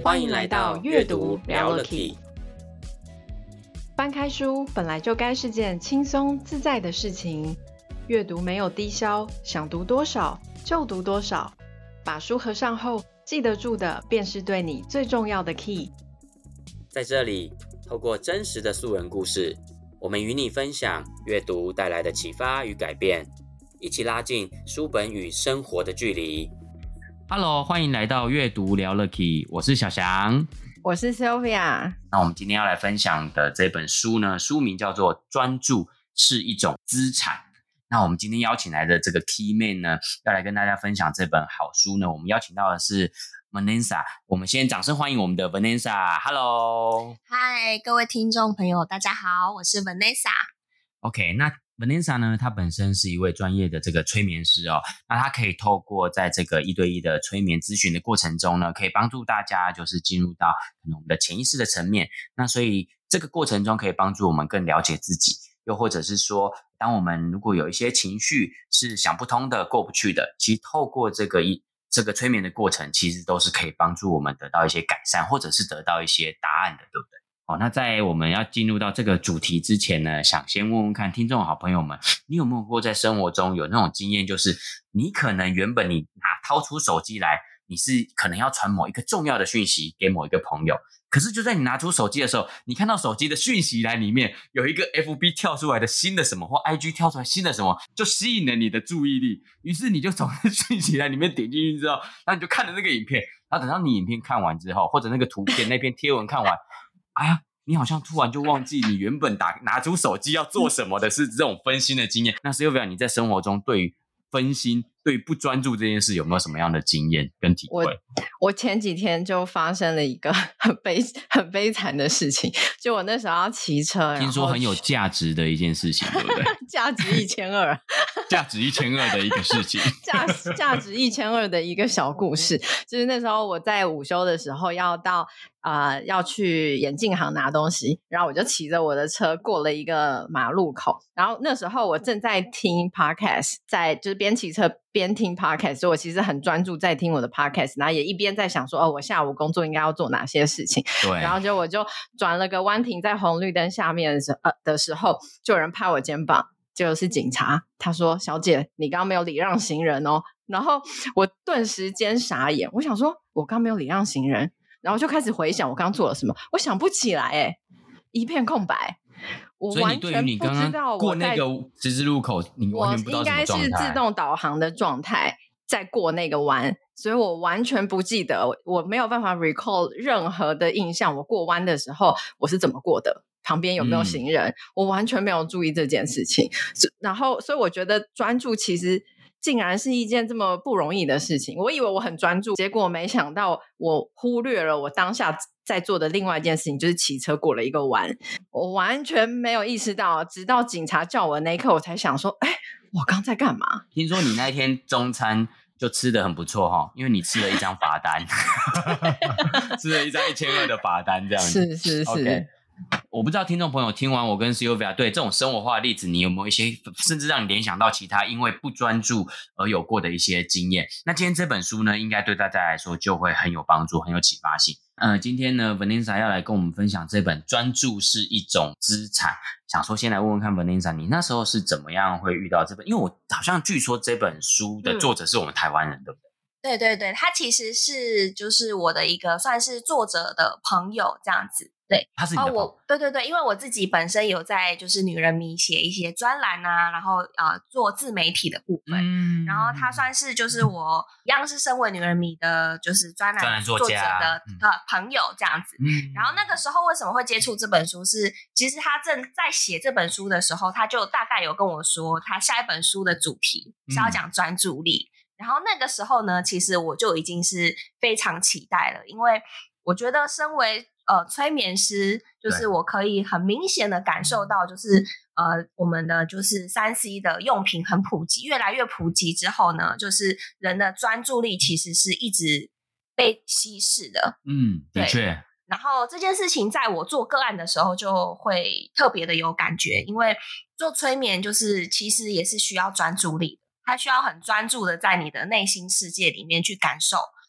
欢迎来到阅读聊了 Key。 翻开书本来就该是件轻松自在的事情，阅读没有低消，想读多少就读多少。把书合上后，记得住的便是对你最重要的 key。 在这里，透过真实的素人故事，我们与你分享阅读带来的启发与改变，一起拉近书本与生活的距离。Hello， 欢迎来到阅读聊了 Key， 我是小翔， 我是 Sylvia。 那我们今天要来分享的这本书呢，书名叫做《专注是一种资产》。那我们今天邀请来的这个 Key Man 呢，要来跟大家分享这本好书呢，我们邀请到的是 Vanessa。我们先掌声欢迎我们的 Vanessa。Hello， 嗨，各位听众朋友，大家好，我是 Vanessa。OK， 那 Vanessa 呢，她本身是一位专业的这个催眠师哦。那她可以透过在这个一对一的催眠咨询的过程中呢，可以帮助大家就是进入到可能我们的潜意识的层面。那所以这个过程中可以帮助我们更了解自己，又或者是说，当我们如果有一些情绪是想不通的、过不去的，其实透过这个催眠的过程，其实都是可以帮助我们得到一些改善，或者是得到一些答案的，对不对？那在我们要进入到这个主题之前呢，想先问问看听众好朋友们，你有没有过在生活中有那种经验，就是你可能原本你掏出手机来，你是可能要传某一个重要的讯息给某一个朋友，可是就在你拿出手机的时候，你看到手机的讯息栏里面有一个 FB 跳出来的新的什么，或 IG 跳出来新的什么，就吸引了你的注意力，于是你就从讯息栏里面点进去之后，然后你就看了那个影片，然后等到你影片看完之后，或者那个图片那篇贴文看完，哎呀，你好像突然就忘记你原本拿出手机要做什么的，是这种分心的经验。那Sylvia，你在生活中对于分心、对于不专注这件事有没有什么样的经验跟体会？ 我前几天就发生了一个很悲惨的事情，就我那时候要骑车， 听说很有价值的一件事情，对不对？ 价值1200， 价值1200的一个事情， 价值1200的一个小故事。就是那时候我在午休的时候要去眼镜行拿东西，然后我就骑着我的车过了一个马路口，然后那时候我正在听 podcast， 就是边骑车边听 podcast， 所以我其实很专注在听我的 podcast， 然后也一边在想说我下午工作应该要做哪些事情。 对，然后我就转了个弯停在红绿灯下面的时候，就有人拍我肩膀，就是警察，他说小姐你刚刚没有礼让行人哦。然后我顿时间傻眼，我想说我刚没有礼让行人，然后就开始回想我刚做了什么，我想不起来一片空白。我完全不知道过那个十字路口，你完全不知道什么状态。 我应该是自动导航的状态在过那个弯，所以我完全不记得，我没有办法 recall 任何的印象，我过弯的时候我是怎么过的，旁边有没有行人，我完全没有注意这件事情。然后所以我觉得专注其实竟然是一件这么不容易的事情。我以为我很专注，结果没想到我忽略了我当下在做的另外一件事情，就是骑车过了一个弯。我完全没有意识到，直到警察叫我那一刻，我才想说我刚在干嘛。 听说你那天中餐就吃得很不错因为你吃了一张罚单吃了一张1200的罚单这样子。 是 okay。我不知道听众朋友听完我跟 Sylvia 对这种生活化的例子，你有没有一些甚至让你联想到其他因为不专注而有过的一些经验？那今天这本书呢，应该对大家来说就会很有帮助，很有启发性。今天呢 Vanessa 要来跟我们分享这本专注是一种资产。想说先来问问看 Vanessa， 你那时候是怎么样会遇到这本？因为我好像据说这本书的作者是我们台湾人，对不对？ 对，他其实是就是我的一个算是作者的朋友这样子。对， 他是你的朋友？ 对，因为我自己本身有在就是女人迷写一些专栏啊，然后做自媒体的部分，然后他算是就是我一样是身为女人迷的就是专栏作者的朋友这样子。然后那个时候为什么会接触这本书是，其实他正在写这本书的时候，他就大概有跟我说他下一本书的主题是要讲专注力。然后那个时候呢，其实我就已经是非常期待了，因为我觉得身为催眠师，就是我可以很明显的感受到，就是我们的就是 3C 的用品很普及，越来越普及之后呢，就是人的专注力其实是一直被稀释的。 的确。 然后这件事情在我做个案的时候就会特别的有感觉，因为做催眠就是其实也是需要专注力的，它需要很专注的在你的内心世界里面去感受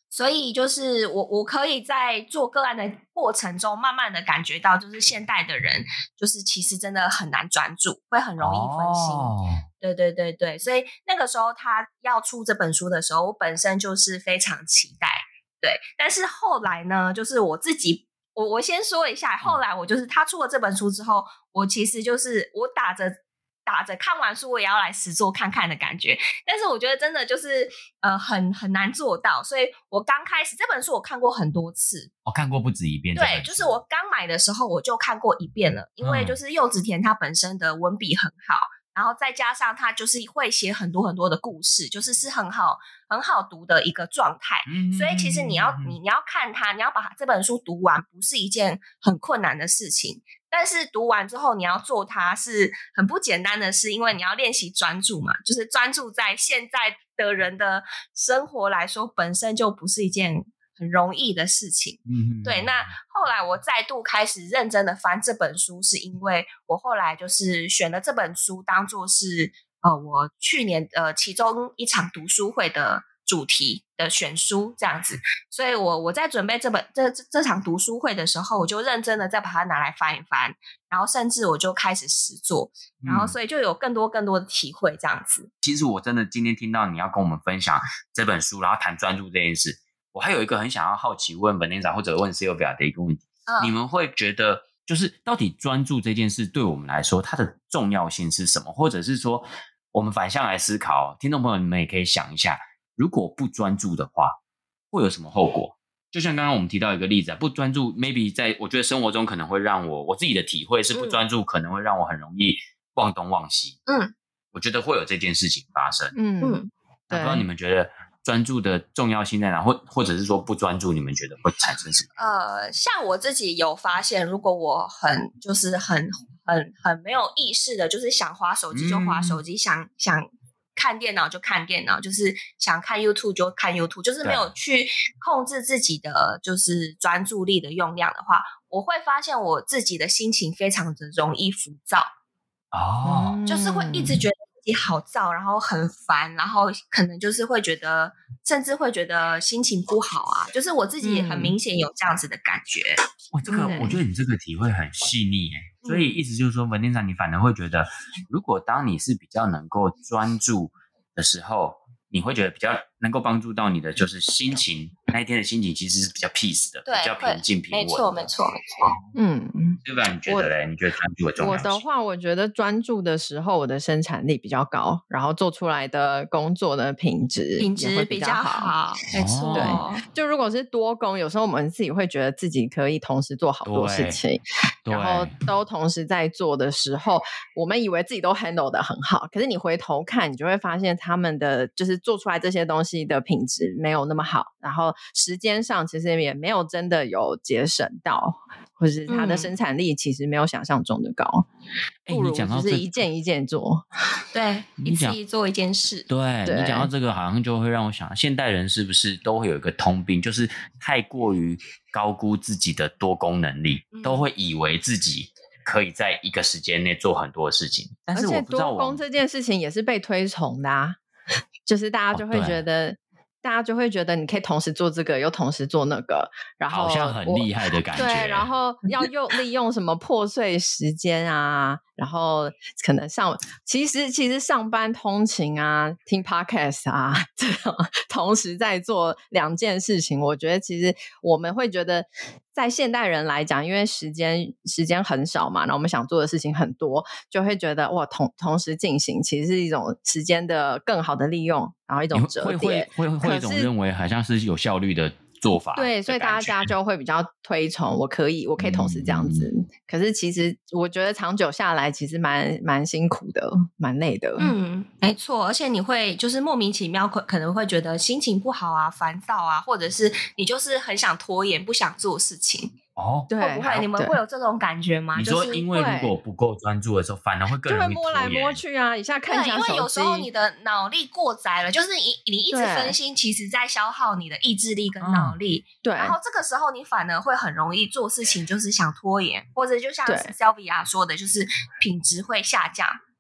所以就是我可以在做个案的过程中，慢慢的感觉到，就是现代的人，就是其实真的很难专注，会很容易分心。对对对对，所以那个时候他要出这本书的时候，我本身就是非常期待。对，但是后来呢，就是我自己，我先说一下，后来我就是他出了这本书之后，我其实就是我打着看完书我也要来实作看看的感觉，但是我觉得真的就是很难做到，所以我刚开始这本书我看过很多次， 看过不止一遍。 对，就是我刚买的时候我就看过一遍了，因为就是柚子甜它本身的文笔很好，然后再加上它就是会写很多很多的故事，就是很好读的一个状态，所以其实你要看它，你要把这本书读完不是一件很困难的事情，但是读完之后你要做它是很不简单的事，因为你要练习专注嘛，就是专注在现在的人的生活来说本身就不是一件很容易的事情。对，那后来我再度开始认真的翻这本书，是因为我后来就是选了这本书当作是我去年其中一场读书会的主题的选书这样子，所以我在准备这场读书会的时候，我就认真的再把它拿来翻一翻，然后甚至我就开始实作，然后所以就有更多的体会这样子。 其实我真的今天听到你要跟我们分享这本书，然后谈专注这件事，我还有一个很想要好奇问 Vanessa 或者问 Sylvia 的一个问题，你们会觉得就是到底专注这件事对我们来说它的重要性是什么，或者是说我们反向来思考，听众朋友你们也可以想一下，如果不专注的话会有什么后果。就像刚刚我们提到一个例子不专注 maybe 在我觉得生活中可能会让我自己的体会是不专注可能会让我很容易忘东忘西，我觉得会有这件事情发生。不知道你们觉得专注的重要性在哪，或者是说不专注你们觉得会产生什么？ 像我自己有发现，如果我很没有意识的，就是想滑手机就滑手机，想看电脑就看电脑，就是想看 YouTube 就看 YouTube， 就是没有去控制自己的就是专注力的用量的话，我会发现我自己的心情非常的容易浮躁。就是会一直觉得自己好躁，然后很烦，然后可能就是会觉得甚至会觉得心情不好啊，就是我自己也很明显有这样子的感觉。 这个我觉得你这个体会很细腻所以意思就是说Vanessa你反而会觉得如果当你是比较能够专注的时候，你会觉得比较能够帮助到你的就是心情，那一天的心情其实是比较 peace 的，比较平静平稳的。 没错。 对吧？你觉得嘞？你觉得专注的重要性？ 我的话，我觉得专注的时候，我的生产力比较高，然后做出来的工作的品质也会比较好。 没错， 对，就如果是多工，有时候我们自己会觉得自己可以同时做好多事情，然后都同时在做的时候，我们以为自己都 handle 得很好，可是你回头看，你就会发现他们的就是做出来这些东西的品质没有那么好，然后时间上其实也没有真的有节省到，或是它的生产力其实没有想象中的高，不如就是一件一件做。 对，一次做一件事。 对，你讲到这个好像就会让我想现代人是不是都会有一个通病，就是太过于高估自己的多功能力，都会以为自己可以在一个时间内做很多事情，但是我不知道而且多工这件事情也是被推崇的就是大家就会觉得大家就会觉得你可以同时做这个又同时做那个，然后好像很厉害的感觉。 对，然后要利用什么破碎时间啊，然后可能其实上班通勤啊，听 podcast 啊，这种同时在做两件事情，我觉得其实我们会觉得在现代人来讲，因为时间很少嘛，然后我们想做的事情很多，就会觉得哇，同时进行其实是一种时间的更好的利用，然后一种折叠， 会一种认为好像是有效率的做法。 对，所以大家就会比较推崇我可以同时这样子。可是其实我觉得长久下来其实蛮辛苦的，蛮累的。 没错，而且你会就是莫名其妙可能会觉得心情不好啊，烦躁啊，或者是你就是很想拖延，不想做事情。 对， 会不会你们会有这种感觉吗？ 你说因为如果不够专注的时候，反而会更容易拖延， 就会摸来摸去啊，一下看一下手机。 因为有时候你的脑力过载了，就是你一直分心，其实在消耗你的意志力跟脑力。 对， 然后这个时候你反而会很容易做事情，就是想拖延，或者就像是 Sylvia 说的，就是品质会下降。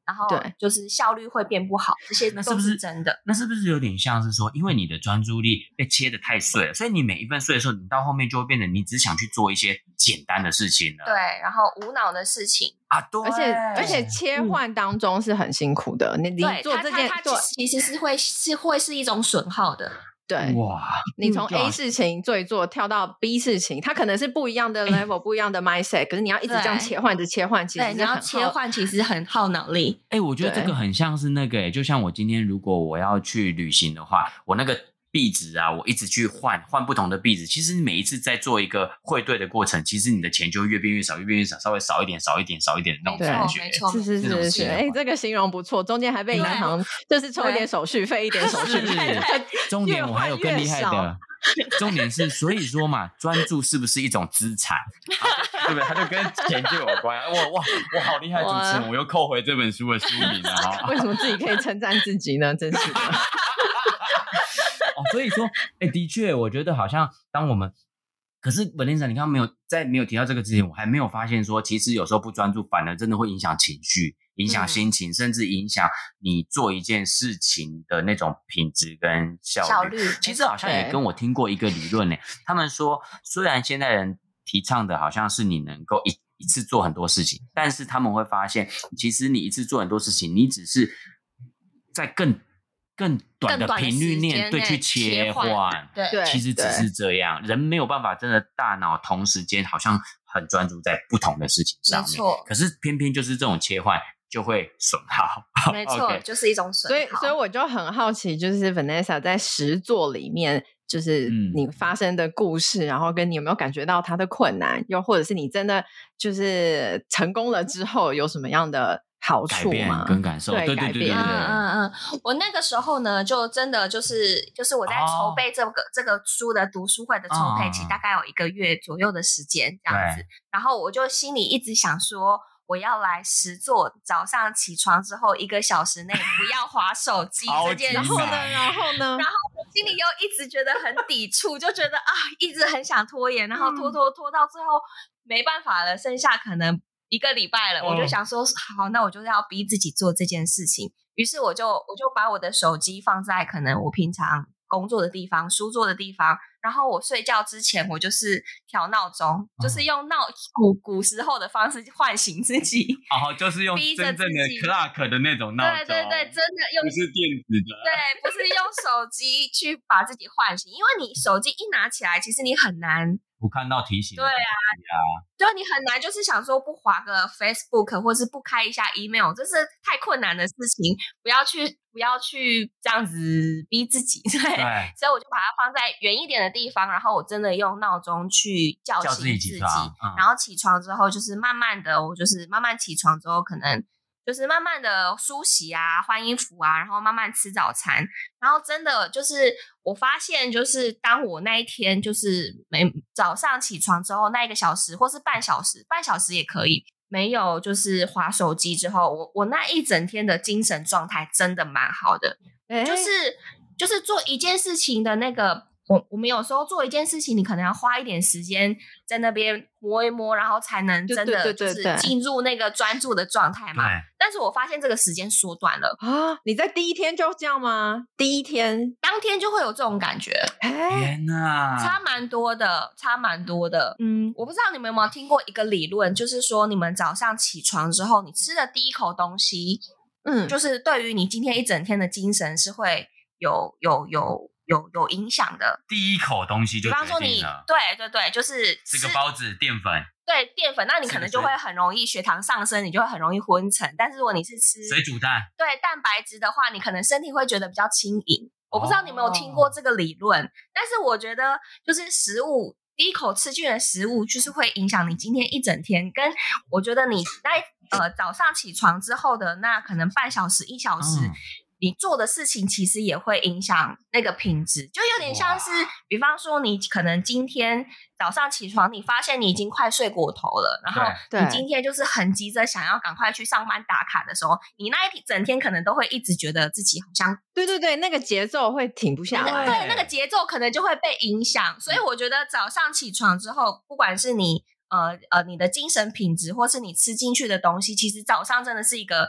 然后就是效率会变不好，这些都是真的。 那是不是有点像是说，因为你的专注力被切得太碎了，所以你每一份碎的时候，你到后面就会变得你只想去做一些简单的事情了。 对，然后无脑的事情啊，对， 而且切换当中是很辛苦的。你做这件， 它其实是会是一种损耗的。 对， 哇， 你从 A 事情做一做跳到 B 事情，它可能是不一样的 level，不一样的 mindset，可是你要一直这样切换，一直切换，其实你要切换，其实很耗脑力。 我觉得这个很像是那个，就像我今天如果我要去旅行的话，我那个币值啊，我一直去换不同的币值，其实你每一次在做一个汇兑的过程，其实你的钱就越变越少，越变越少，稍微少一点的那种感觉。 没错， 是，这个形容不错，中间还被银行就是抽一点手续费，一点手续费。 重点我还有更厉害的，重点是，所以说嘛，专注是不是一种资产？对不对？它就跟钱就有关。哇，我好厉害，主持人，我又扣回这本书的书名了。 为什么自己可以称赞自己呢？真是的。 所以说，的确，我觉得好像当我们，可是Vanessa，你刚刚没有提到这个之前，我还没有发现说，其实有时候不专注，反而真的会影响情绪、影响心情，甚至影响你做一件事情的那种品质跟效率。其实好像也跟我听过一个理论呢，他们说，虽然现代人提倡的好像是你能够一次做很多事情，但是他们会发现，其实你一次做很多事情，你只是在更短的频率内去切换， 对， 其实只是这样，人没有办法真的大脑同时间好像很专注在不同的事情上面，没错。可是偏偏就是这种切换就会损耗， 没错，okay，就是一种损耗。 所以我就很好奇，就是 Vanessa 在实作里面，就是你发生的故事，然后跟你有没有感觉到它的困难，又或者是你真的就是成功了之后有什么样的好处吗？ 跟感受，对， 我那个时候呢，就真的就是我在筹备这个书的读书会的筹备期，大概有1个月左右的时间这样子。然后我就心里一直想说，我要来实做早上起床之后1个小时内不要滑手机这件事。然后呢？然后我心里又一直觉得很抵触，就觉得一直很想拖延，然后拖到最后没办法了，剩下可能1个礼拜了，我就想说好，那我就要逼自己做这件事情。于是我就把我的手机放在可能我平常工作的地方、书桌的地方，然后我睡觉之前我就是调闹钟，就是用古时候的方式唤醒自己， 就是用真正的 clock 的那种闹钟， 对，真的用， 不是电子的， 对，不是用手机去把自己唤醒，因为你手机一拿起来，其实你很难不看到提醒， 对啊，你很难就是想说不滑个 Facebook 或是不开一下 email， 这是太困难的事情，不要去这样子逼自己，对，所以我就把它放在远一点的地方，然后我真的用闹钟去叫醒自己，然后起床之后就是慢慢的，我就是慢慢起床之后，可能就是慢慢的梳洗啊、换衣服啊，然后慢慢吃早餐，然后真的就是我发现，就是当我那一天就是早上起床之后那1个小时或是半小时也可以，没有就是滑手机之后，我那一整天的精神状态真的蛮好的，就是做一件事情的那个。我们有时候做一件事情，你可能要花一点时间在那边摸一摸，然后才能真的就是进入那个专注的状态嘛。但是我发现这个时间缩短了啊！你在第一天就这样吗？第一天当天就会有这种感觉？ 天哪， 差蛮多的。我不知道你们有没有听过一个理论，就是说你们早上起床之后，你吃的第一口东西，就是对于你今天一整天的精神是会有影响的。 第一口东西就决定了，比方说你对，就是吃个包子，淀粉， 对，淀粉，那你可能就会很容易血糖上升，你就会很容易昏沉。但是如果你是吃水煮蛋， 对，蛋白质的话，你可能身体会觉得比较轻盈。我不知道你有没有听过这个理论，但是我觉得就是食物第一口吃进的食物，就是会影响你今天一整天。跟我觉得你在早上起床之后的那可能半小时、1小时。你做的事情其实也会影响那个品质，就有点像是，比方说你可能今天早上起床，你发现你已经快睡过头了，然后你今天就是很急着想要赶快去上班打卡的时候，你那一整天可能都会一直觉得自己好像对，那个节奏会停不下来， 对，那个节奏可能就会被影响。所以我觉得早上起床之后，不管是你你的精神品质，或是你吃进去的东西，其实早上真的是一个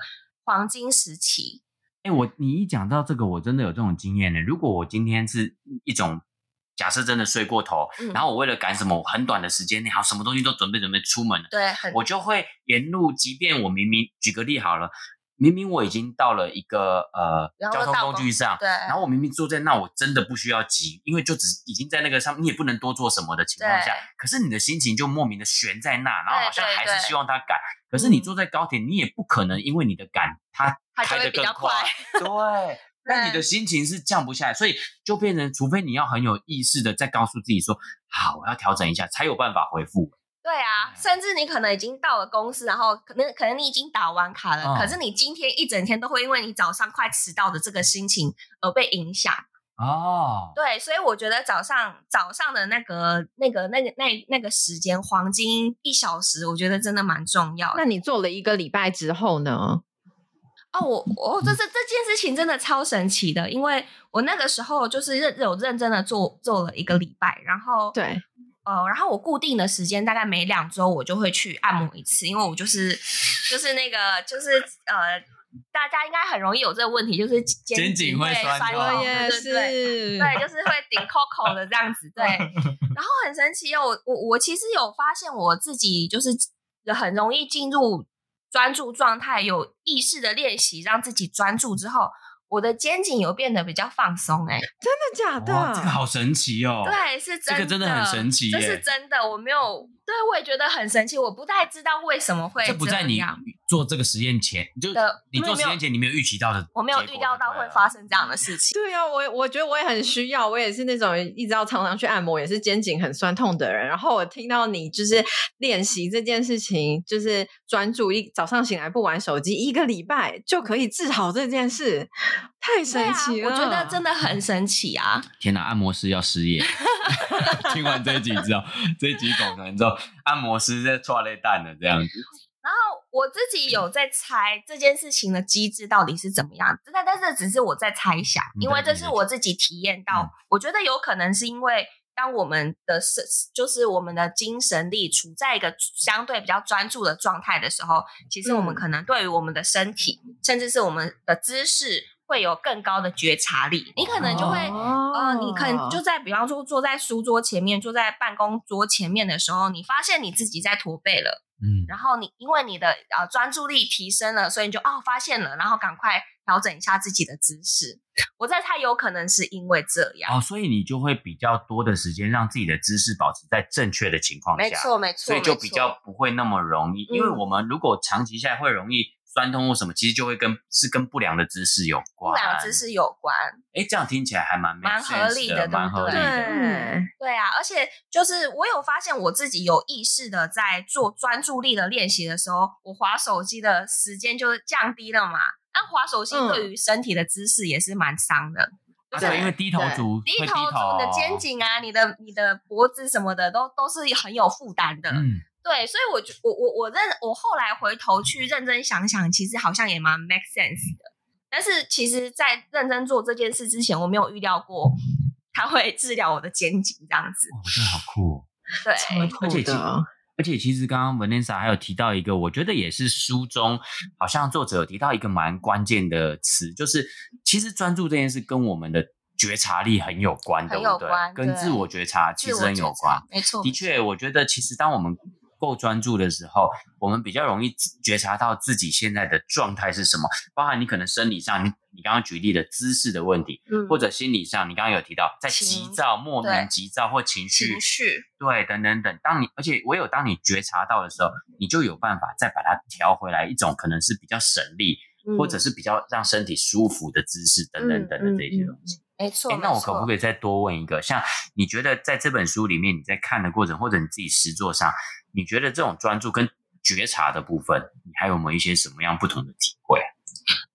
黄金时期。 你一讲到这个，我真的有这种经验呢。如果我今天是一种假设真的睡过头，然后我为了赶什么很短的时间内，好什么东西都准备出门了， 对， 我就会沿路，即便我明明举个例好了，明明我已经到了一个交通工具上， 对， 然后我明明坐在那，我真的不需要急，因为就已经在那个上，你也不能多做什么的情况下，可是你的心情就莫名的悬在那，然后好像还是希望它赶，可是你坐在高铁，你也不可能因为你的赶，它开得更快，对。但你的心情是降不下来，所以就变成，除非你要很有意识的再告诉自己说，好，我要调整一下，才有办法回复。 对啊，甚至你可能已经到了公司，然后可能你已经打完卡了，可是你今天一整天都会因为你早上快迟到的这个心情而被影响。对，所以我觉得早上的那个时间，黄金1小时，我觉得真的蛮重要的。 那你做了1个礼拜之后呢？ 这件事情真的超神奇的，因为我那个时候就是有认真的做了1个礼拜，然后对， 然后我固定的时间大概每2周我就会去按摩一次，因为我就是那个大家应该很容易有这个问题，就是肩颈会酸痛， 也是， 对，就是会顶扣扣的这样子，对。然后很神奇我其实有发现我自己就是很容易进入专注状态，有意识的练习让自己专注之后，我的肩颈有变得比较放松。真的假的？ 这个好神奇哦。 对，是真的， 这个真的很神奇耶， 这是真的，我也觉得很神奇，我不太知道为什么会这样。 这不在你做这个实验前，你做实验前你没有预期到的， 我没有预料到会发生这样的事情。 对啊，我觉得我也很需要，我也是那种一直要常常去按摩，也是肩颈很酸痛的人。然后我听到你就是练习这件事情，就是专注早上醒来不玩手机1个礼拜就可以治好这件事，太神奇了。 我觉得真的很神奇啊！ 天哪，按摩师要失业。听完这一集之后，这一集讲完之后，按摩师在抓类蛋了这样子。 然后我自己有在猜这件事情的机制到底是怎么样，但是只是我在猜想，因为这是我自己体验到，我觉得有可能是因为当我们的就是我们的精神力处在一个相对比较专注的状态的时候，其实我们可能对于我们的身体，甚至是我们的姿势会有更高的觉察力。你可能就会你可能就在比方说坐在书桌前面，坐在办公桌前面的时候，你发现你自己在驼背了，然后你因为你的专注力提升了，所以你就发现了，然后赶快调整一下自己的姿势。我在猜有可能是因为这样所以你就会比较多的时间让自己的姿势保持在正确的情况下， 没错， 所以就比较不会那么容易，因为我们如果长期下来会容易酸痛或什么，其实就会跟不良的姿势有关。 不良的姿势有关。 这样听起来还蛮合理的， 蛮合理的。 对啊，而且就是我有发现我自己有意识的在做专注力的练习的时候，我滑手机的时间就降低了嘛。但滑手机对于身体的姿势也是蛮伤的。 对，因为低头族， 你的肩颈啊，你的脖子什么的都是很有负担的。对，所以我后来回头去认真想想，其实好像也蛮 make sense 的。但是其实在认真做这件事之前，我没有预料过它会治疗我的肩颈这样子。 真的好酷。 对， 超酷的。 而且其实刚刚 Vanessa 还有提到一个，我觉得也是书中好像作者有提到一个蛮关键的词，就是其实专注这件事跟我们的觉察力很有关，对不对？跟自我觉察其实很有关。 没错， 的确，我觉得其实当我们够专注的时候，我们比较容易觉察到自己现在的状态是什么，包含你可能生理上你刚刚举例的姿势的问题，或者心理上你刚刚有提到在急躁、莫名急躁或情绪对等等等。而且唯有当你觉察到的时候，你就有办法再把它调回来一种可能是比较省力，或者是比较让身体舒服的姿势等等等的这些东西。 没错。 那我可不可以再多问一个，像你觉得在这本书里面你在看的过程，或者你自己实作上，你觉得这种专注跟觉察的部分，你还有没有一些什么样不同的体会？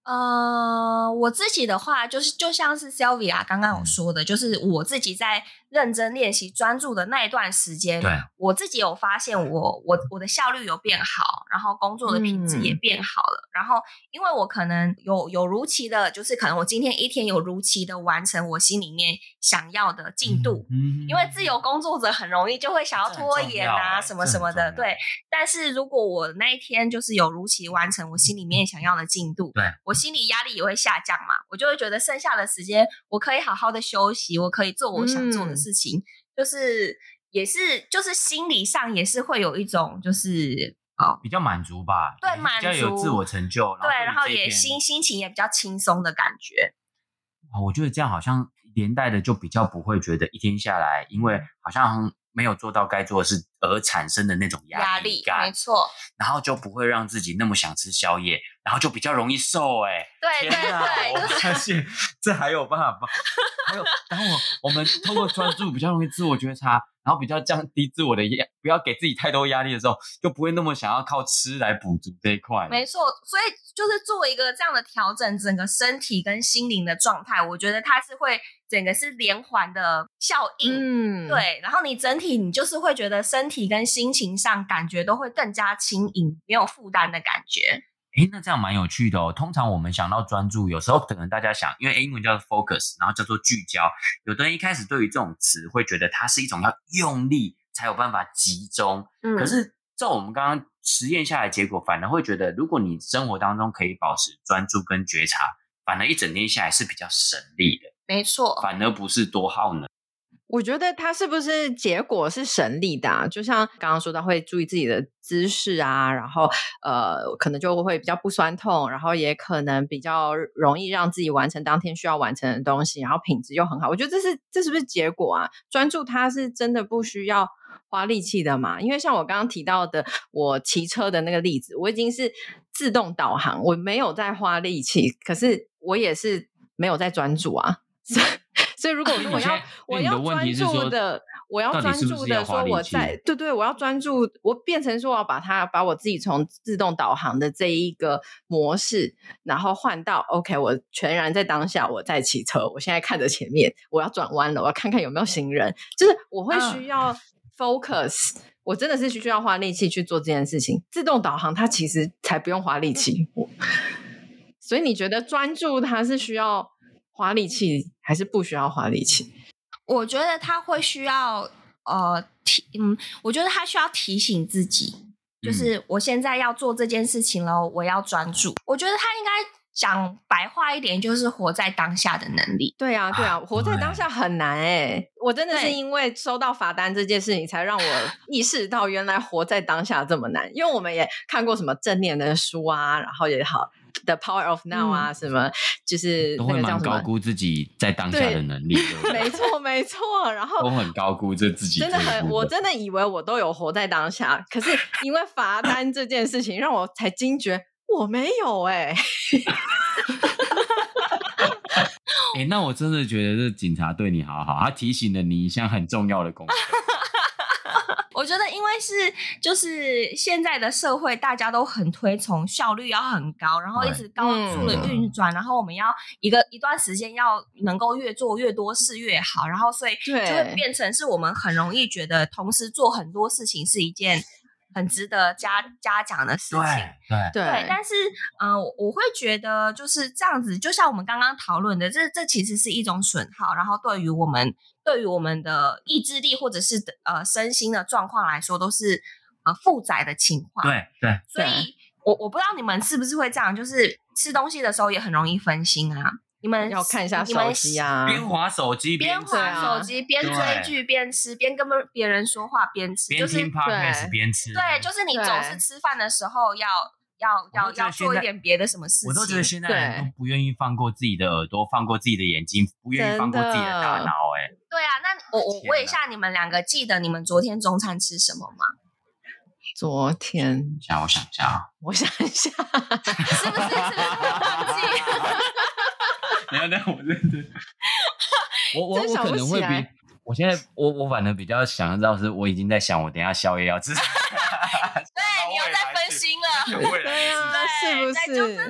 我自己的话就像是 Sylvia 刚刚有说的，就是我自己在认真练习专注的那一段时间，我自己有发现我的效率有变好，然后工作的品质也变好了。然后因为我可能有如期的，就是可能我今天一天有如期的完成我心里面想要的进度，因为自由工作者很容易就会想要拖延啊什么什么的，对。但是如果我那一天就是有如期完成我心里面想要的进度，对，我心理压力也会下降嘛，我就会觉得剩下的时间我可以好好的休息，我可以做我想做的事情，就是也是就是心理上也是会有一种就是比较满足吧， 对，满足， 比较有自我成就， 对，然后也心情也比较轻松的感觉。 我觉得这样好像连带的就比较不会觉得一天下来，因为好像没有做到该做的事而产生的那种压力感， 没错， 然后就不会让自己那么想吃宵夜，然后就比较容易瘦。 对对对， 我发现这还有办法，还有当我们通过专注比较容易自我觉察，然后比较降低自我的不要给自己太多压力的时候，就不会那么想要靠吃来补足这一块。 没错，所以就是做一个这样的调整，整个身体跟心灵的状态，我觉得它是会整个是连环的效应，对，然后你整体你就是会觉得身体跟心情上感觉都会更加轻盈，没有负担的感觉。 那这样蛮有趣的哦。通常我们想到专注，有时候可能大家想，因为英文叫做 focus， 然后叫做聚焦，有的人一开始对于这种词会觉得它是一种要用力才有办法集中，可是照我们刚刚实验下来的结果，反而会觉得如果你生活当中可以保持专注跟觉察，反而一整天下来是比较省力的。 没错， 反而不是多耗能。 我觉得它是不是结果是省力的啊？就像刚刚说到会注意自己的姿势啊，然后可能就会比较不酸痛，然后也可能比较容易让自己完成当天需要完成的东西，然后品质又很好。我觉得这是不是结果啊？专注它是真的不需要花力气的嘛？因为像我刚刚提到的我骑车的那个例子，我已经是自动导航，我没有在花力气，可是我也是没有在专注啊。所以如果我要专注的，我要专注的说我在对，我要专注，我变成说我要把我自己从自动导航的这一个模式，然后换到 OK， 我全然在当下，我在骑车，我现在看着前面，我要转弯了，我要看看有没有行人，就是我会需要 focus，我真的是需要花力气去做这件事情。自动导航它其实才不用花力气，所以你觉得专注它是需要花力气还是不需要花力气？ 我觉得他会需要我觉得他需要提醒自己，就是我现在要做这件事情了，我要专注。我觉得他应该讲白话一点，就是活在当下的能力。 对啊，活在当下很难我真的是因为收到罚单这件事情，才让我意识到原来活在当下这么难。因为我们也看过什么正念的书啊，然后也好。The Power of Now 啊，什么就是都会蛮高估自己在当下的能力，对没错没错，然后都很高估自己， 真的我真的以为我都有活在当下，可是因为罚单这件事情，让我才惊觉我没有那我真的觉得这警察对你好好，他提醒了你一项很重要的功课。 我觉得因为就是现在的社会大家都很推崇效率要很高，然后一直高速的运转，然后我们要一段时间要能够越做越多事越好，然后所以就会变成是我们很容易觉得同时做很多事情是一件很值得嘉奖的事情。对，但是我会觉得就是这样子，就像我们刚刚讨论的，这其实是一种损耗，然后对于我们的意志力或者是身心的状况来说，都是负载的情况。 对， 所以我不知道你们是不是会这样，就是吃东西的时候也很容易分心啊。你们要看一下手机啊， 边滑手机边追剧边吃，边跟别人说话边吃， 边听 podcast 边吃。 对，就是你总是吃饭的时候要做一点别的什么事情。 我都觉得现在人都不愿意放过自己的耳朵，放过自己的眼睛，不愿意放过自己的大脑。 对啊，那我问一下你们两个，记得你们昨天中餐吃什么吗？ 昨天我想一下， 是不是忘记？ 我认真，我可能会比我现在我反而比较想知道是我已经在想我等一下宵夜要吃。 对，你又在分心了。 对啊，是不是？ 就真的很多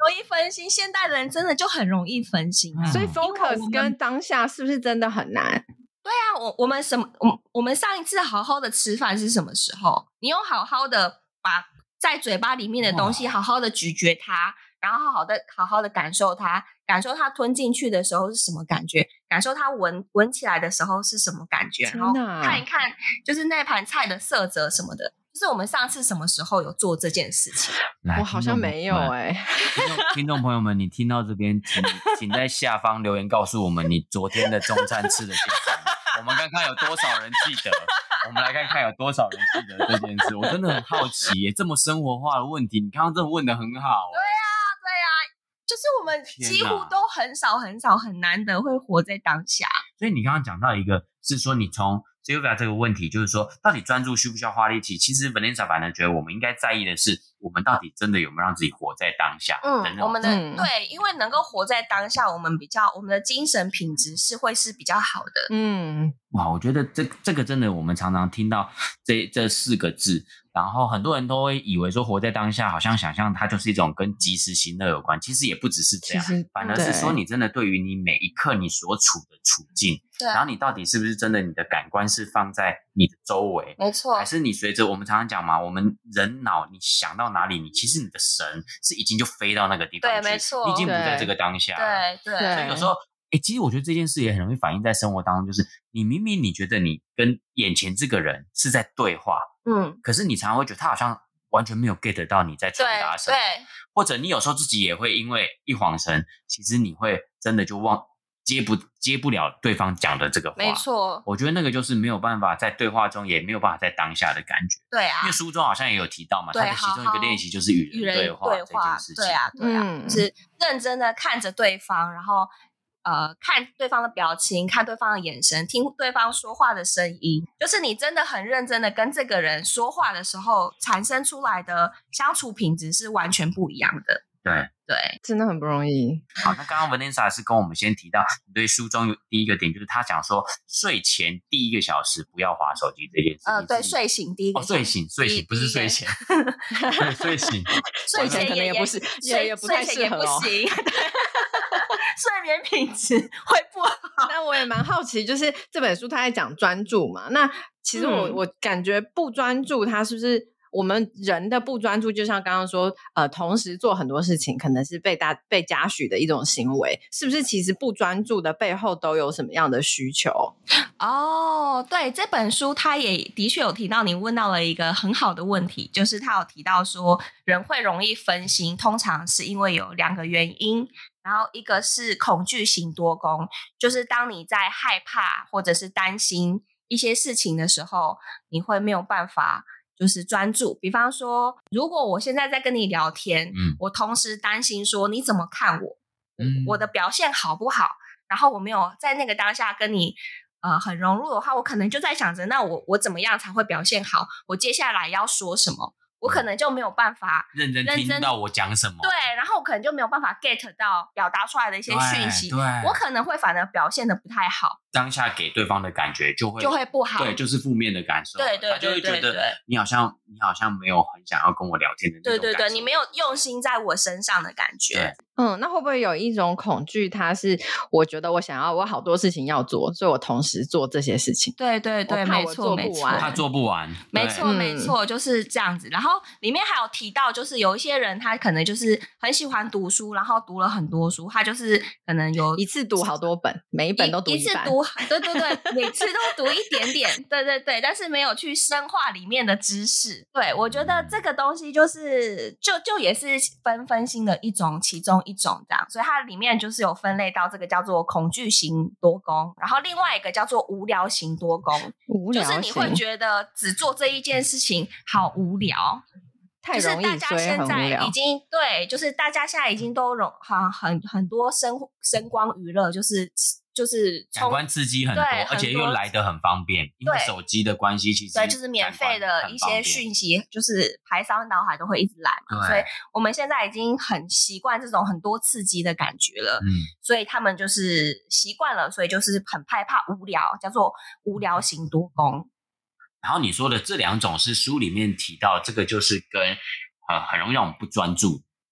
容易分心，现代人真的就很容易分心所以 focus 跟当下是不是真的很难？ 对啊，我们上一次好好的吃饭是什么时候？你有好好的把在嘴巴里面的东西好好的咀嚼它，然后好好的感受它吞进去的时候是什么感觉，感受它闻起来的时候是什么感觉，然后看一看就是那盘菜的色泽什么的。就是我们上次什么时候有做这件事情？ 我好像没有听众朋友们，你听到这边，请在下方留言告诉我们你昨天的中餐吃了些什么。我们看看有多少人记得，我们来看看有多少人记得这件事。我真的很好奇耶，这么生活化的问题，你刚刚真的问得很好。 对啊，就是我们几乎都很难得会活在当下。 所以你刚刚讲到一个是说，你从 Sylvia 这个问题，就是说到底专注需不需要花力气？其实 Vanessa 反而觉得我们应该在意的是，我们到底真的有没有让自己活在当下？ 我们的对，因为能够活在当下，我们的精神品质会是比较好的。 哇，我觉得这个真的，我们常常听到这4个字，然后很多人都会以为说活在当下，好像想象它就是一种跟及时行乐有关，其实也不只是这样，反而是说你真的对于你每一刻你所处的处境，然后你到底是不是真的你的感官是放在你的周围， 没错，还是你随着我们常常讲嘛，我们人脑你想到哪里，你其实你的神是已经就飞到那个地方去， 对，没错， 你已经不在这个当下了， 对， 所以有时候其实我觉得这件事也很容易反映在生活当中，就是你明明你觉得你跟眼前这个人是在对话，可是你常常会觉得他好像完全没有 get 到你在传达什么， 对， 或者你有时候自己也会因为一晃神，其实你会真的就接不了对方讲的这个话， 没错， 我觉得那个就是没有办法在对话中，也没有办法在当下的感觉。 对啊， 因为书中好像也有提到嘛，他的其中一个练习就是与人对话这件事情。 对啊，就是认真的看着对方，然后看对方的表情，看对方的眼神，听对方说话的声音，就是你真的很认真的跟这个人说话的时候，产生出来的相处品质是完全不一样的。对， 真的很不容易。 好，那刚刚 Vanessa 是跟我们先提到，对书中有第一个点，就是他讲说睡前第1个小时不要滑手机这件事。 对，睡醒第1个小时。 睡醒不是睡前。对，睡醒。 睡前可能也不是，也不太适合哦。 睡眠品质会不好。 那我也蛮好奇，就是这本书他在讲专注嘛，那其实我感觉不专注，它是不是我们人的不专注，就像刚刚说，同时做很多事情，可能是被嘉许的一种行为，是不是？其实不专注的背后都有什么样的需求？ 对，这本书他也的确有提到，你问到了一个很好的问题，就是他有提到说，人会容易分心，通常是因为有2个原因。然后一个是恐惧型多工，就是当你在害怕或者是担心一些事情的时候，你会没有办法就是专注。比方说，如果我现在在跟你聊天，我同时担心说你怎么看我，我的表现好不好，然后我没有在那个当下跟你很融入的话，我可能就在想着，那我怎么样才会表现好，我接下来要说什么，我可能就没有办法认真听到我讲什么， 对，然后我可能就没有办法 get 到表达出来的一些讯息，我可能会反而表现得不太好， 当下给对方的感觉就会不好，对，就是负面的感受，对，他就会觉得你好像没有很想要跟我聊天的那种感受， 对，你没有用心在我身上的感觉。 那会不会有一种恐惧，它是我觉得我有好多事情要做，所以我同时做这些事情。 对，没错， 怕做不完， 没错，就是这样子。然后里面还有提到，就是有一些人他可能就是很喜欢读书，然后读了很多书，他就是可能有一次读好多本，每一本都读一半， 对，每次都读一点点，对，但是没有去深化里面的知识。对，我觉得这个东西就也是分心的其中一种这样，所以它里面就是有分类到这个叫做恐惧型多工，然后另外一个叫做无聊型多工，就是你会觉得只做这一件事情好无聊， 太容易， 就是大家现在已经对，就是大家现在已经都很多声光娱乐，就是感官刺激很多，而且又来得很方便，因为手机的关系，其实对，就是免费的一些讯息，就是排山倒海都会一直来嘛，所以我们现在已经很习惯这种很多刺激的感觉了，所以他们就是习惯了，所以就是很害怕无聊，叫做无聊型多工。 然后你说的这2种是书里面提到，这个就是跟很容易让我们不专注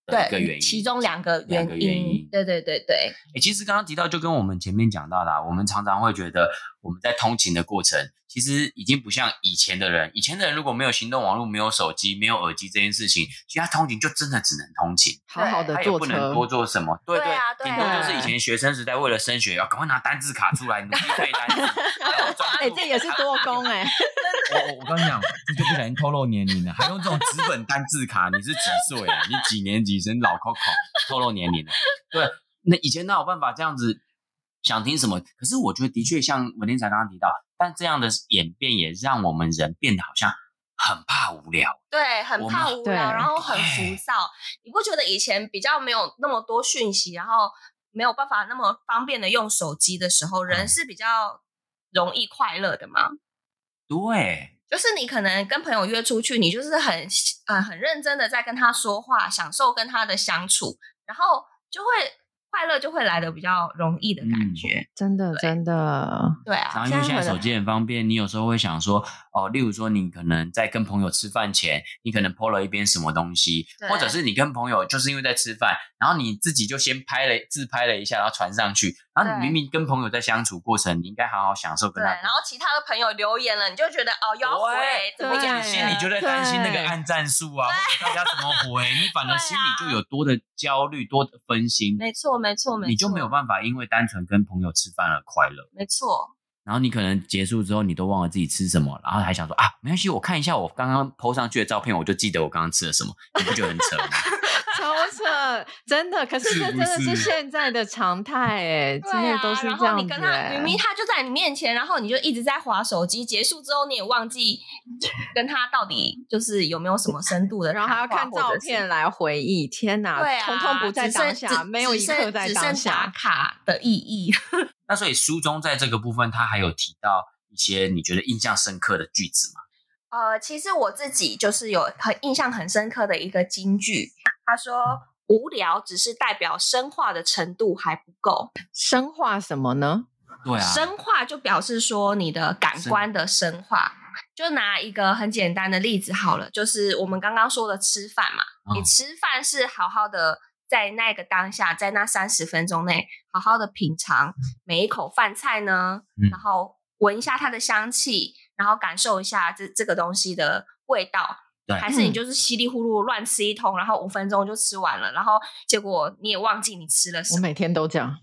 的一个原因， 其中2个原因，对。 其实刚刚提到，就跟我们前面讲到的我们常常会觉得我们在通勤的过程，其实已经不像以前的人。以前的人如果没有行动网络、没有手机、没有耳机这件事情，其实他通勤就真的只能通勤， 好好的坐车， 他也不能多做什么。对，顶多就是以前学生时代为了升学，要赶快拿单字卡出来，努力背单字。 这也是多功我跟你讲，这就不小心透露年龄了，还用这种纸本单字卡，你是几岁啊？你几年级生？老 Coco 透露年龄了。对，那以前哪有办法这样子想听什么？可是我觉得的确像文天才刚刚提到，但这样的演变也让我们人变得好像很怕无聊。 对，很怕无聊，然后很浮躁。你不觉得以前比较没有那么多讯息，然后没有办法那么方便的用手机的时候，人是比较容易快乐的吗？ 对， 就是你可能跟朋友约出去，你就是很认真的在跟他说话，享受跟他的相处，然后就会快乐就会来的比较容易的感觉。 真的对啊。 然后因为现在手机很方便，你有时候会想说例如说你可能在跟朋友吃饭前，你可能 po 了一边什么东西，或者是你跟朋友就是因为在吃饭，然后你自己就先自拍了一下，然后传上去，然后你明明跟朋友在相处过程，你应该好好享受跟他。 对，然后其他的朋友留言了，你就觉得又要回，怎么样？ 你心里就在担心那个按赞数啊，或者大家怎么回，你反而心里就有多的焦虑，多的分心。 没错， 你就没有办法因为单纯跟朋友吃饭而快乐。 没错。 然后你可能结束之后，你都忘了自己吃什么，然后还想说没关系，我看一下我刚刚 po 上去的照片，我就记得我刚刚吃了什么，你不觉得很扯吗？ 超扯，真的。可是这真的是现在的常态真的都是这样子。 然后你跟他明明他就在你面前，然后你就一直在滑手机，结束之后你也忘记跟他到底就是有没有什么深度的谈话， 然后还要看照片来回忆。天哪， 对通通不在当下，没有一刻在当下， 只剩打卡的意义。 那所以书中在这个部分，他还有提到一些你觉得印象深刻的句子吗？ 其实我自己就是有印象很深刻的一个金句，他说无聊只是代表深化的程度还不够。 深化什么呢？ 对啊， 深化就表示说你的感官的深化。就拿一个很简单的例子好了，就是我们刚刚说的吃饭嘛，你吃饭是好好的在那个当下，在那30分钟内好好的品尝每一口饭菜呢，然后闻一下它的香气，然后感受一下这个东西的味道，还是你就是稀里糊涂乱吃一通，然后5分钟就吃完了，然后结果你也忘记你吃了什么。 我每天都这样。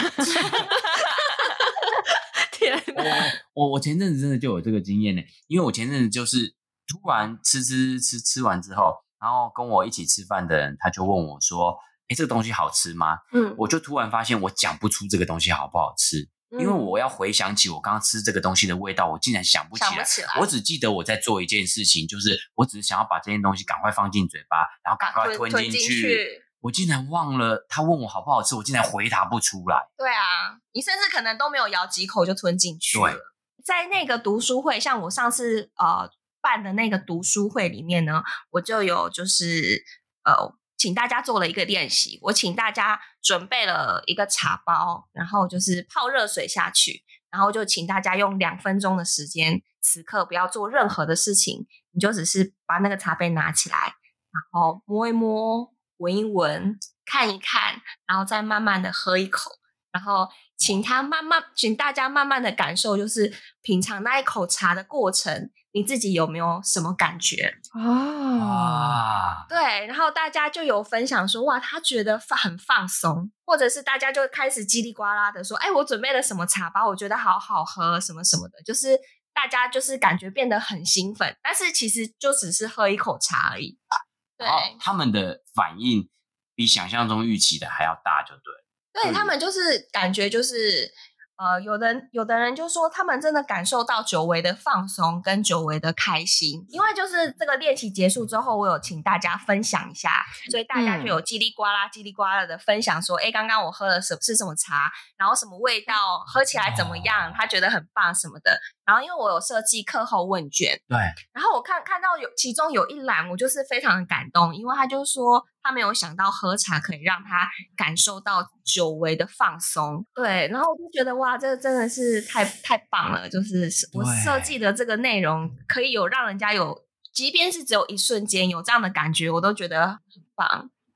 天哪， 我前阵子真的就有这个经验呢，因为我前阵子就是突然吃完之后，然后跟我一起吃饭的人他就问我说这个东西好吃吗？我就突然发现我讲不出这个东西好不好吃，因为我要回想起我刚刚吃这个东西的味道，我竟然想不起来。我只记得我在做一件事情，就是我只是想要把这件东西赶快放进嘴巴，然后赶快吞进去。我竟然忘了他问我好不好吃，我竟然回答不出来。 对啊，你甚至可能都没有咬几口就吞进去了。在那个读书会，像我上次办的那个读书会里面呢，我就有就是请大家做了一个练习，我请大家准备了一个茶包，然后就是泡热水下去，然后就请大家用2分钟的时间，此刻不要做任何的事情，你就只是把那个茶杯拿起来，然后摸一摸，闻一闻，看一看，然后再慢慢的喝一口，然后请大家慢慢的感受，就是品尝那一口茶的过程，你自己有没有什么感觉对，然后大家就有分享说，哇，他觉得很放松，或者是大家就开始叽里呱啦的说，我准备了什么茶包，我觉得好好喝，什么什么的，就是大家就是感觉变得很兴奋，但是其实就只是喝一口茶而已。对， 他们的反应比想象中预期的还要大，就对了。 对，他们就是感觉就是有的人就说他们真的感受到久违的放松跟久违的开心，因为就是这个练习结束之后，我有请大家分享一下，所以大家就有叽里呱啦的分享说，刚刚我喝了是什么茶，然后什么味道，喝起来怎么样，他觉得很棒什么的。然后因为我有设计课后问卷， 对， 然后我看到其中有一栏，我就是非常的感动，因为他就说他没有想到喝茶可以让他感受到久违的放松。对，然后我就觉得哇，这真的是太棒了，就是我设计的这个内容可以有让人家有，即便是只有一瞬间有这样的感觉，我都觉得很棒。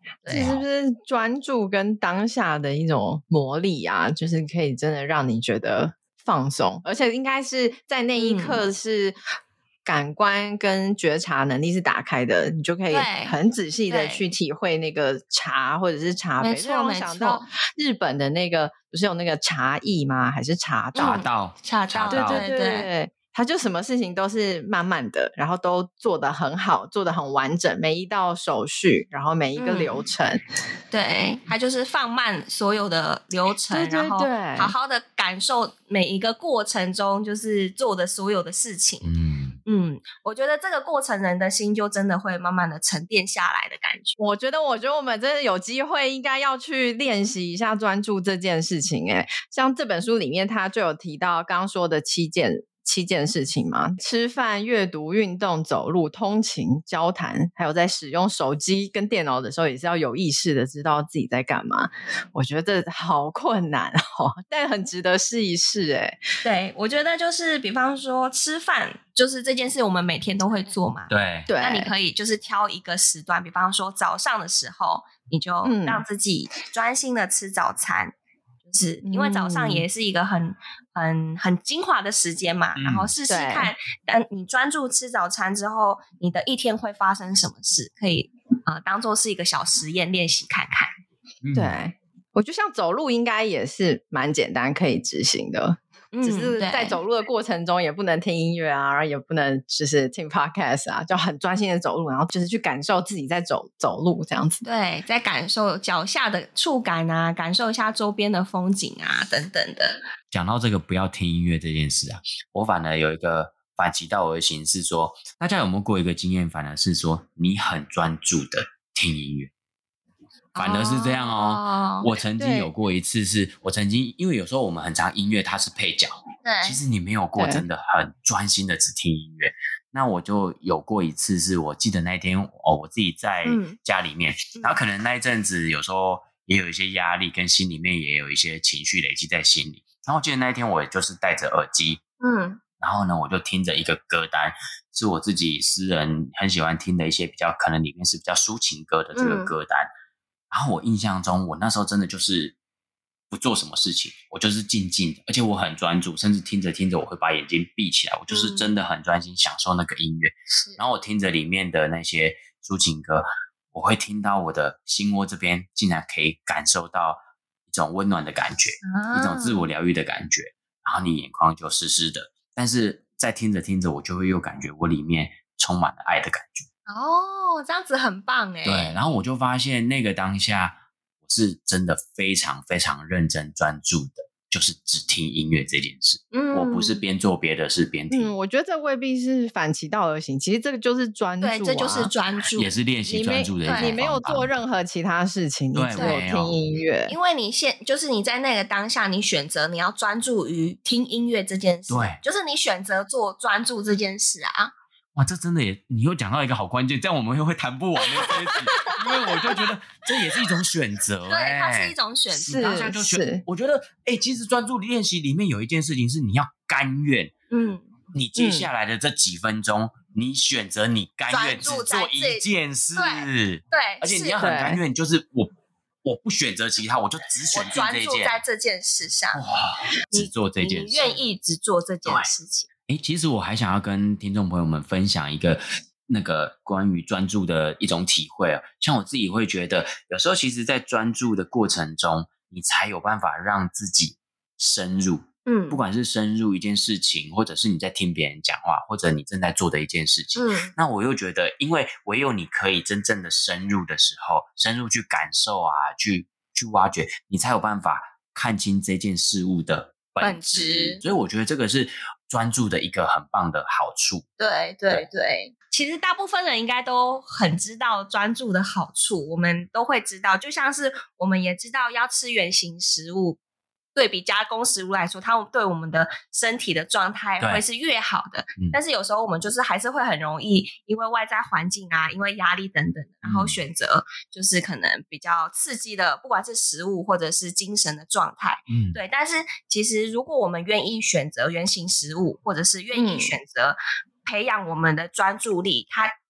这是不是专注跟当下的一种魔力啊？就是可以真的让你觉得放松，而且应该是在那一刻是感官跟觉察能力是打开的，你就可以很仔细的去体会那个茶或者是茶杯。这让我想到日本的那个不是有那个茶艺吗？还是茶道？ 茶道，对。 他就什么事情都是慢慢的，然后都做得很好，做得很完整，每一道手续，然后每一个流程， 对，他就是放慢所有的流程， 对， 然后好好的感受每一个过程中就是做的所有的事情。我觉得这个过程人的心就真的会慢慢的沉淀下来的感觉。 我觉得我们真的有机会应该要去练习一下专注这件事情。像这本书里面他就有提到刚刚说的7件事情嘛，吃饭、阅读、运动、走路、通勤、交谈，还有在使用手机跟电脑的时候也是要有意识的知道自己在干嘛。我觉得好困难但很值得试一试。 对，我觉得就是比方说吃饭，就是这件事我们每天都会做嘛。 对， 那你可以就是挑一个时段，比方说早上的时候，你就让自己专心的吃早餐。就是因为早上也是一个很精华的时间嘛，然后试试看，你专注吃早餐之后，你的一天会发生什么事，可以当做是一个小实验练习看看。 对，我觉得像走路应该也是蛮简单可以执行的。只是在走路的过程中也不能听音乐啊，然后也不能就是听 podcast 啊，就很专心的走路，然后就是去感受自己在走路这样子。 对，在感受脚下的触感啊，感受一下周边的风景啊等等的。 讲到这个不要听音乐这件事啊，我反而有一个反其道而行，是说大家有没有过一个经验，反而是说你很专注的听音乐，反而是这样我曾经有过一次是我曾经因为有时候我们很常音乐它是配角，其实你没有过真的很专心的只听音乐。那我就有过一次是我记得那一天我自己在家里面，然后可能那一阵子有时候也有一些压力，跟心里面也有一些情绪累积在心里，然后我记得那一天我就是戴着耳机然后呢我就听着一个歌单，是我自己私人很喜欢听的一些比较可能里面是比较抒情歌的这个歌单然后我印象中我那时候真的就是不做什么事情，我就是静静的，而且我很专注，甚至听着听着我会把眼睛闭起来，我就是真的很专心享受那个音乐然后我听着里面的那些抒情歌，我会听到我的心窝这边竟然可以感受到一种温暖的感觉一种自我疗愈的感觉，然后你眼眶就湿湿的，但是在听着听着我就会又感觉我里面充满了爱的感觉这样子很棒对， 然后我就发现那个当下我是真的非常非常认真专注的，就是只听音乐这件事我不是边做别的事边听我觉得这未必是反其道而行，其实这个就是专注对， 这就是专注， 也是练习专注的一种方法。 你没有做任何其他事情，你只有听音乐， 因为你就是你在那个当下你选择你要专注于听音乐这件事，对，就是你选择做专注这件事哇，这真的你又讲到一个好关键，这样我们又会谈不完的这一集因为我就觉得这也是一种选择对，它是一种选择当下就是我觉得其实专注练习里面有一件事情是你要甘愿你接下来的这几分钟你选择你甘愿只做一件事对， 而且你要很甘愿就是我不选择其他，我就只选定这一件， 我专注在这件事上只做这件事， 你愿意只做这件事情其实我还想要跟听众朋友们分享一个那个关于专注的一种体会像我自己会觉得有时候其实在专注的过程中你才有办法让自己深入不管是深入一件事情，或者是你在听别人讲话，或者你正在做的一件事情那我又觉得因为唯有你可以真正的深入的时候，深入去感受去挖掘，你才有办法看清这件事物的本质所以我觉得这个是专注的一个很棒的好处对，其实大部分人应该都很知道专注的好处，我们都会知道，就像是我们也知道要吃原型食物对比加工食物来说，它对我们的身体的状态会是越好的但是有时候我们就是还是会很容易因为外在环境因为压力等等然后选择就是可能比较刺激的不管是食物或者是精神的状态对，但是其实如果我们愿意选择原型食物或者是愿意选择培养我们的专注力，它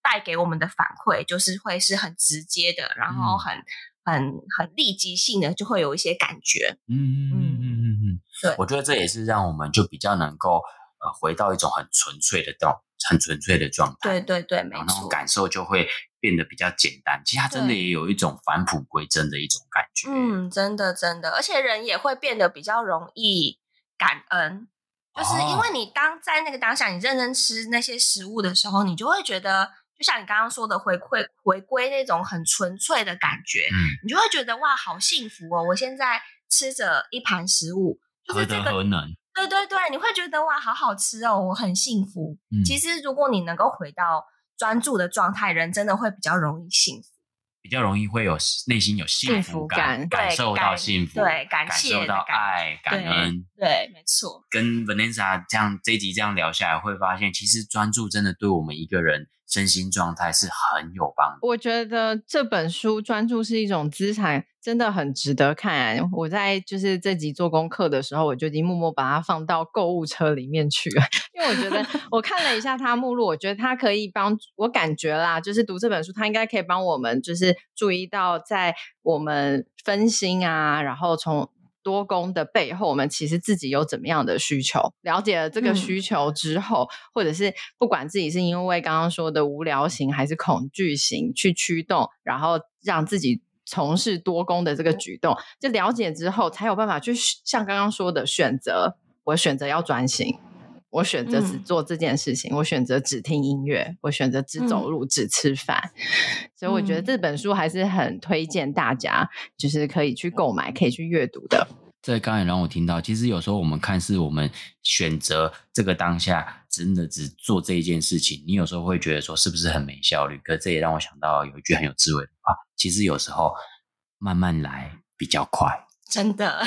带给我们的反馈就是会是很直接的，然后很立即性的，就会有一些感觉。 对，我觉得这也是让我们就比较能够回到一种很纯粹的状态。 对，没错， 那种感受就会变得比较简单。其实它真的也有一种返璞归真的一种感觉。 真的，而且人也会变得比较容易感恩，就是因为你在那个当下，你认真吃那些食物的时候，你就会觉得，就像你刚刚说的，回归那种很纯粹的感觉，你就会觉得哇，好幸福哦！我现在吃着一盘食物，就是这个何德何能？ 对，你会觉得哇，好好吃哦，我很幸福。其实如果你能够回到专注的状态，人真的会比较容易幸福， 比较容易会有内心有幸福感，感受到幸福， 对，感受到爱，感恩， 对，没错。 跟 Vanessa 这一集这样聊下来，会发现其实专注真的对我们一个人身心状态是很有帮助。 我觉得这本书《专注是一种资产》真的很值得看。我在就是这集做功课的时候，我就已经默默把它放到购物车里面去了，因为我觉得我看了一下它目录，我觉得它可以帮我感觉啦，就是读这本书它应该可以帮我们就是注意到在我们分心啊，然后从多工的背后，我们其实自己有怎么样的需求，了解了这个需求之后，或者是不管自己是因为刚刚说的无聊型还是恐惧型去驱动，然后让自己从事多工的这个举动，就了解之后才有办法去像刚刚说的选择，我选择要专心，我选择只做这件事情，我选择只听音乐，我选择只走路，只吃饭。所以我觉得这本书还是很推荐大家就是可以去购买，可以去阅读的。 这刚才让我听到，其实有时候我们看似我们选择这个当下真的只做这一件事情，你有时候会觉得说是不是很没效率，可这也让我想到有一句很有智慧的话，其实有时候慢慢来比较快。 真的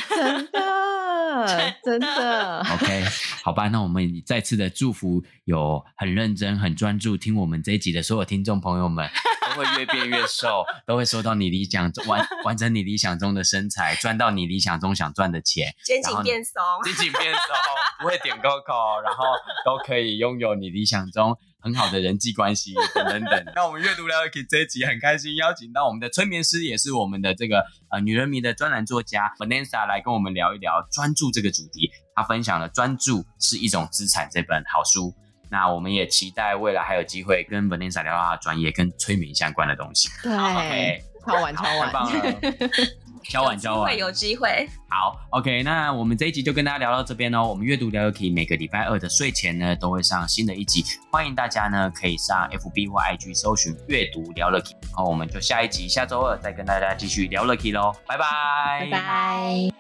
OK， 好吧，那我们再次的祝福有很认真很专注听我们这一集的所有听众朋友们都会越变越瘦，都会收到你理想完成你理想中的身材，赚到你理想中想赚的钱， 肩颈变松， 不会点勾勾，然后都可以拥有你理想中很好的人际关系等等。那我们阅读聊聊 Key 这一集很开心邀请到我们的催眠师，也是我们的这个女人迷的专栏作家 Vanessa 来跟我们聊一聊专注这个主题。她分享了《专注是一种资产》这本好书。那我们也期待未来还有机会跟 Vanessa 聊到她的专业跟催眠相关的东西。 对， OK， 超晚太棒了交完有机会。 好 OK， 那我们这一集就跟大家聊到这边哦。我们阅读聊聊 Key 每个礼拜二的睡前呢都会上新的一集，欢迎大家呢可以上 FB 或 IG 搜寻阅读聊聊 Key， 然后我们就下一集下周二再跟大家继续聊聊 Key 咯，拜拜拜拜。